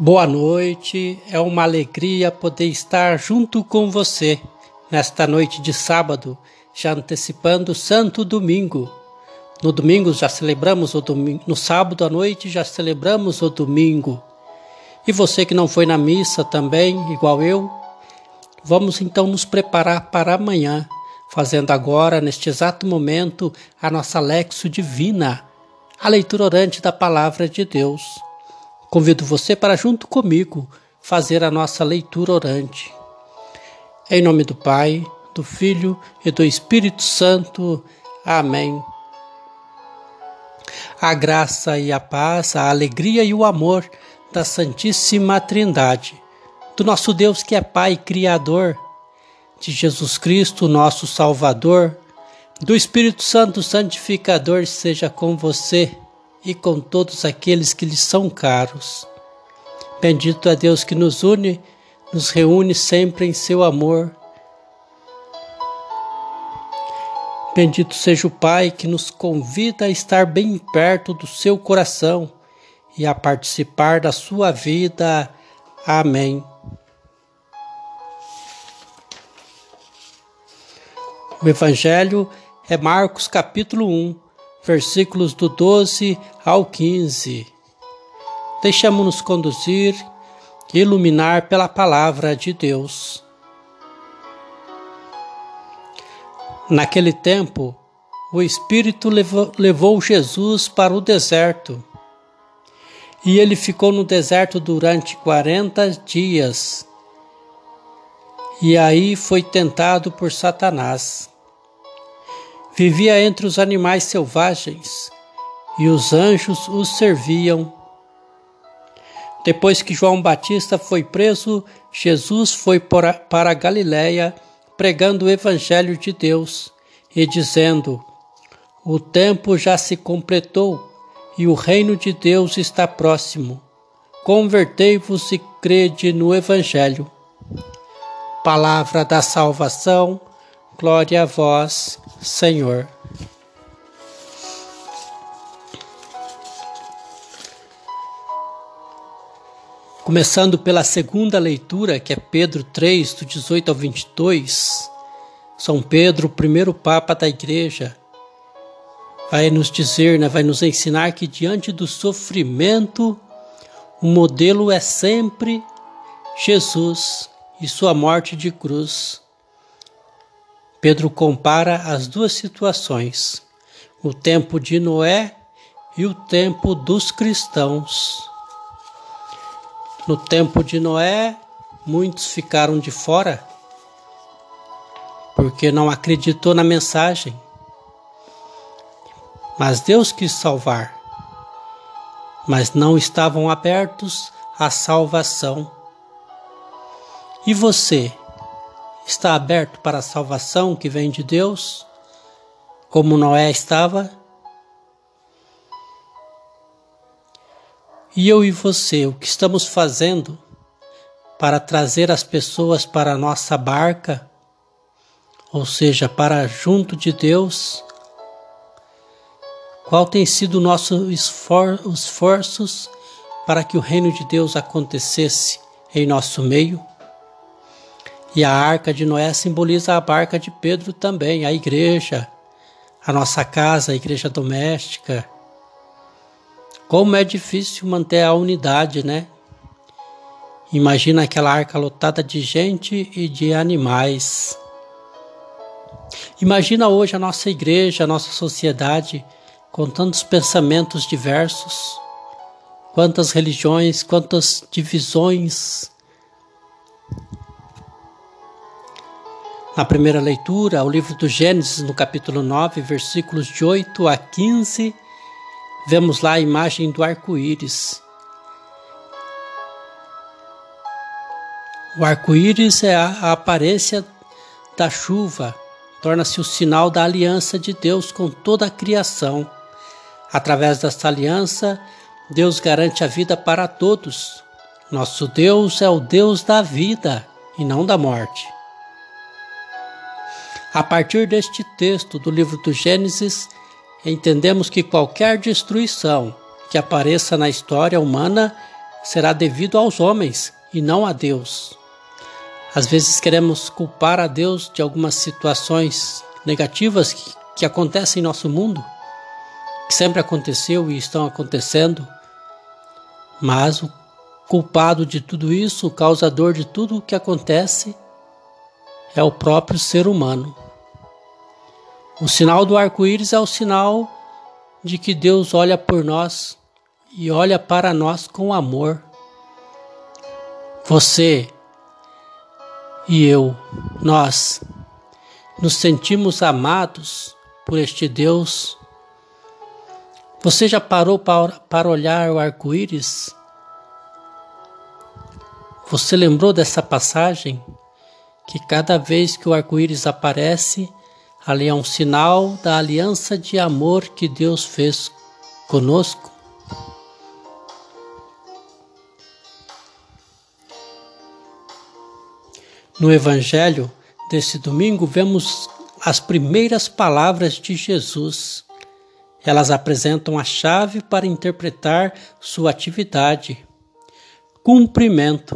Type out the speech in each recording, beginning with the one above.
Boa noite, é uma alegria poder estar junto com você nesta noite de sábado, já antecipando o Santo Domingo. No domingo já celebramos o domingo, no sábado à noite já celebramos o domingo. E você que não foi na missa também, igual eu, vamos então nos preparar para amanhã, fazendo agora, neste exato momento, a nossa Lexio Divina, a leitura orante da Palavra de Deus. Convido você para, junto comigo, fazer a nossa leitura orante. Em nome do Pai, do Filho e do Espírito Santo. Amém. A graça e a paz, a alegria e o amor da Santíssima Trindade, do nosso Deus que é Pai Criador, de Jesus Cristo, nosso Salvador, do Espírito Santo Santificador, seja com você e com todos aqueles que lhes são caros. Bendito é Deus que nos une, nos reúne sempre em seu amor. Bendito seja o Pai que nos convida a estar bem perto do seu coração e a participar da sua vida. Amém. O Evangelho é Marcos capítulo 1, versículos do 12 ao 15. Deixamos-nos conduzir e iluminar pela palavra de Deus. Naquele tempo, o Espírito levou Jesus para o deserto, e ele ficou no deserto durante 40 dias, e aí foi tentado por Satanás. Vivia entre os animais selvagens, e os anjos os serviam. Depois que João Batista foi preso, Jesus foi para a Galiléia, pregando o Evangelho de Deus e dizendo: o tempo já se completou e o reino de Deus está próximo. Convertei-vos e crede no Evangelho. Palavra da salvação, glória a vós, Senhor. Começando pela segunda leitura, que é Pedro 3, do 18 ao 22, São Pedro, o primeiro Papa da Igreja, vai nos dizer, vai nos ensinar que diante do sofrimento, o modelo é sempre Jesus e sua morte de cruz. Pedro compara as duas situações, o tempo de Noé e o tempo dos cristãos. No tempo de Noé, muitos ficaram de fora, porque não acreditou na mensagem. Mas Deus quis salvar, mas não estavam abertos à salvação. E você, está aberto para a salvação que vem de Deus, como Noé estava? E eu e você, o que estamos fazendo para trazer as pessoas para a nossa barca, ou seja, para junto de Deus? Qual tem sido o nosso esforços para que o reino de Deus acontecesse em nosso meio? E a arca de Noé simboliza a barca de Pedro também, a igreja, a nossa casa, a igreja doméstica. Como é difícil manter a unidade, né? Imagina aquela arca lotada de gente e de animais. Imagina hoje a nossa igreja, a nossa sociedade, com tantos pensamentos diversos, quantas religiões, quantas divisões. Na primeira leitura, o livro do Gênesis, no capítulo 9, versículos de 8 a 15, vemos lá a imagem do arco-íris. O arco-íris é a aparência da chuva, torna-se o sinal da aliança de Deus com toda a criação. Através desta aliança, Deus garante a vida para todos. Nosso Deus é o Deus da vida e não da morte. A partir deste texto do livro do Gênesis, entendemos que qualquer destruição que apareça na história humana será devido aos homens e não a Deus. Às vezes queremos culpar a Deus de algumas situações negativas que acontecem em nosso mundo, que sempre aconteceu e estão acontecendo, mas o culpado de tudo isso, o causador de tudo o que acontece, é o próprio ser humano. O sinal do arco-íris é o sinal de que Deus olha por nós e olha para nós com amor. Você e eu, nós nos sentimos amados por este Deus. Você já parou para olhar o arco-íris? Você lembrou dessa passagem? Que cada vez que o arco-íris aparece, ali é um sinal da aliança de amor que Deus fez conosco. No Evangelho desse domingo, vemos as primeiras palavras de Jesus. Elas apresentam a chave para interpretar sua atividade. Cumprimento.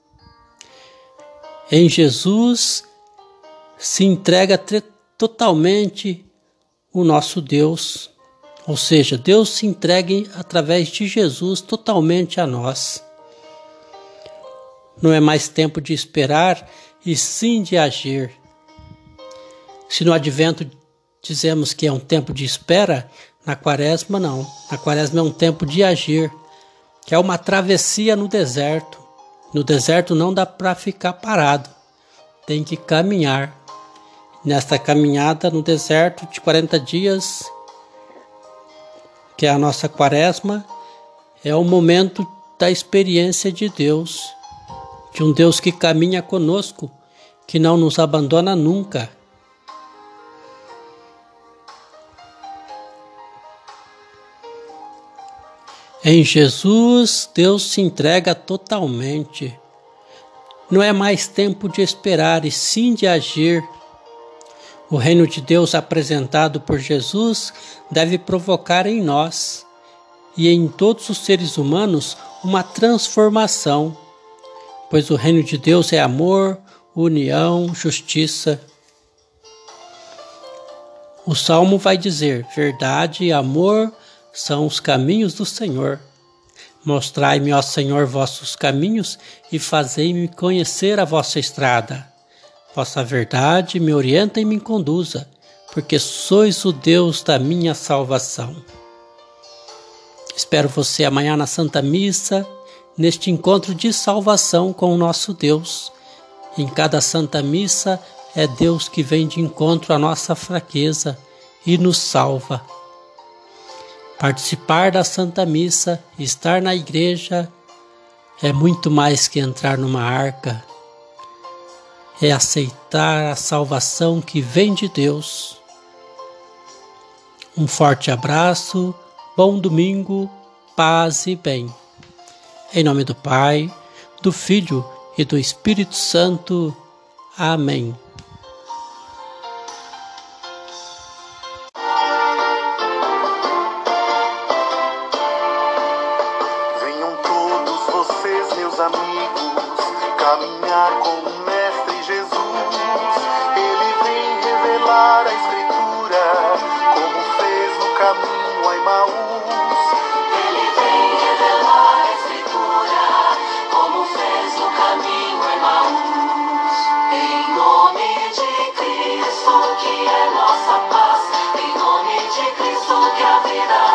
Em Jesus se entrega totalmente o nosso Deus. Ou seja, Deus se entrega através de Jesus totalmente a nós. Não é mais tempo de esperar, e sim de agir. Se no Advento dizemos que é um tempo de espera, na Quaresma não. Na Quaresma é um tempo de agir, que é uma travessia no deserto. No deserto não dá para ficar parado, tem que caminhar. Nesta caminhada no deserto de 40 dias, que é a nossa Quaresma, é o momento da experiência de Deus, de um Deus que caminha conosco, que não nos abandona nunca. Em Jesus, Deus se entrega totalmente. Não é mais tempo de esperar, e sim de agir. O reino de Deus apresentado por Jesus deve provocar em nós e em todos os seres humanos uma transformação, pois o reino de Deus é amor, união, justiça. O Salmo vai dizer: verdade e amor são os caminhos do Senhor. Mostrai-me, ó Senhor, vossos caminhos e fazei-me conhecer a vossa estrada. Vossa verdade me orienta e me conduza, porque sois o Deus da minha salvação. Espero você amanhã na Santa Missa, neste encontro de salvação com o nosso Deus. Em cada Santa Missa é Deus que vem de encontro à nossa fraqueza e nos salva. Participar da Santa Missa, estar na igreja, é muito mais que entrar numa arca. É aceitar a salvação que vem de Deus. Um forte abraço, bom domingo, paz e bem. Em nome do Pai, do Filho e do Espírito Santo. Amém. Venham todos vocês, meus amigos, caminhar com o Mestre Jesus. Ele vem revelar a Escritura, como fez no caminho a Emaús. Ele vem revelar a Escritura, como fez no caminho a Emaús. Em nome de Cristo, que é nossa paz, em nome de Cristo, que a vida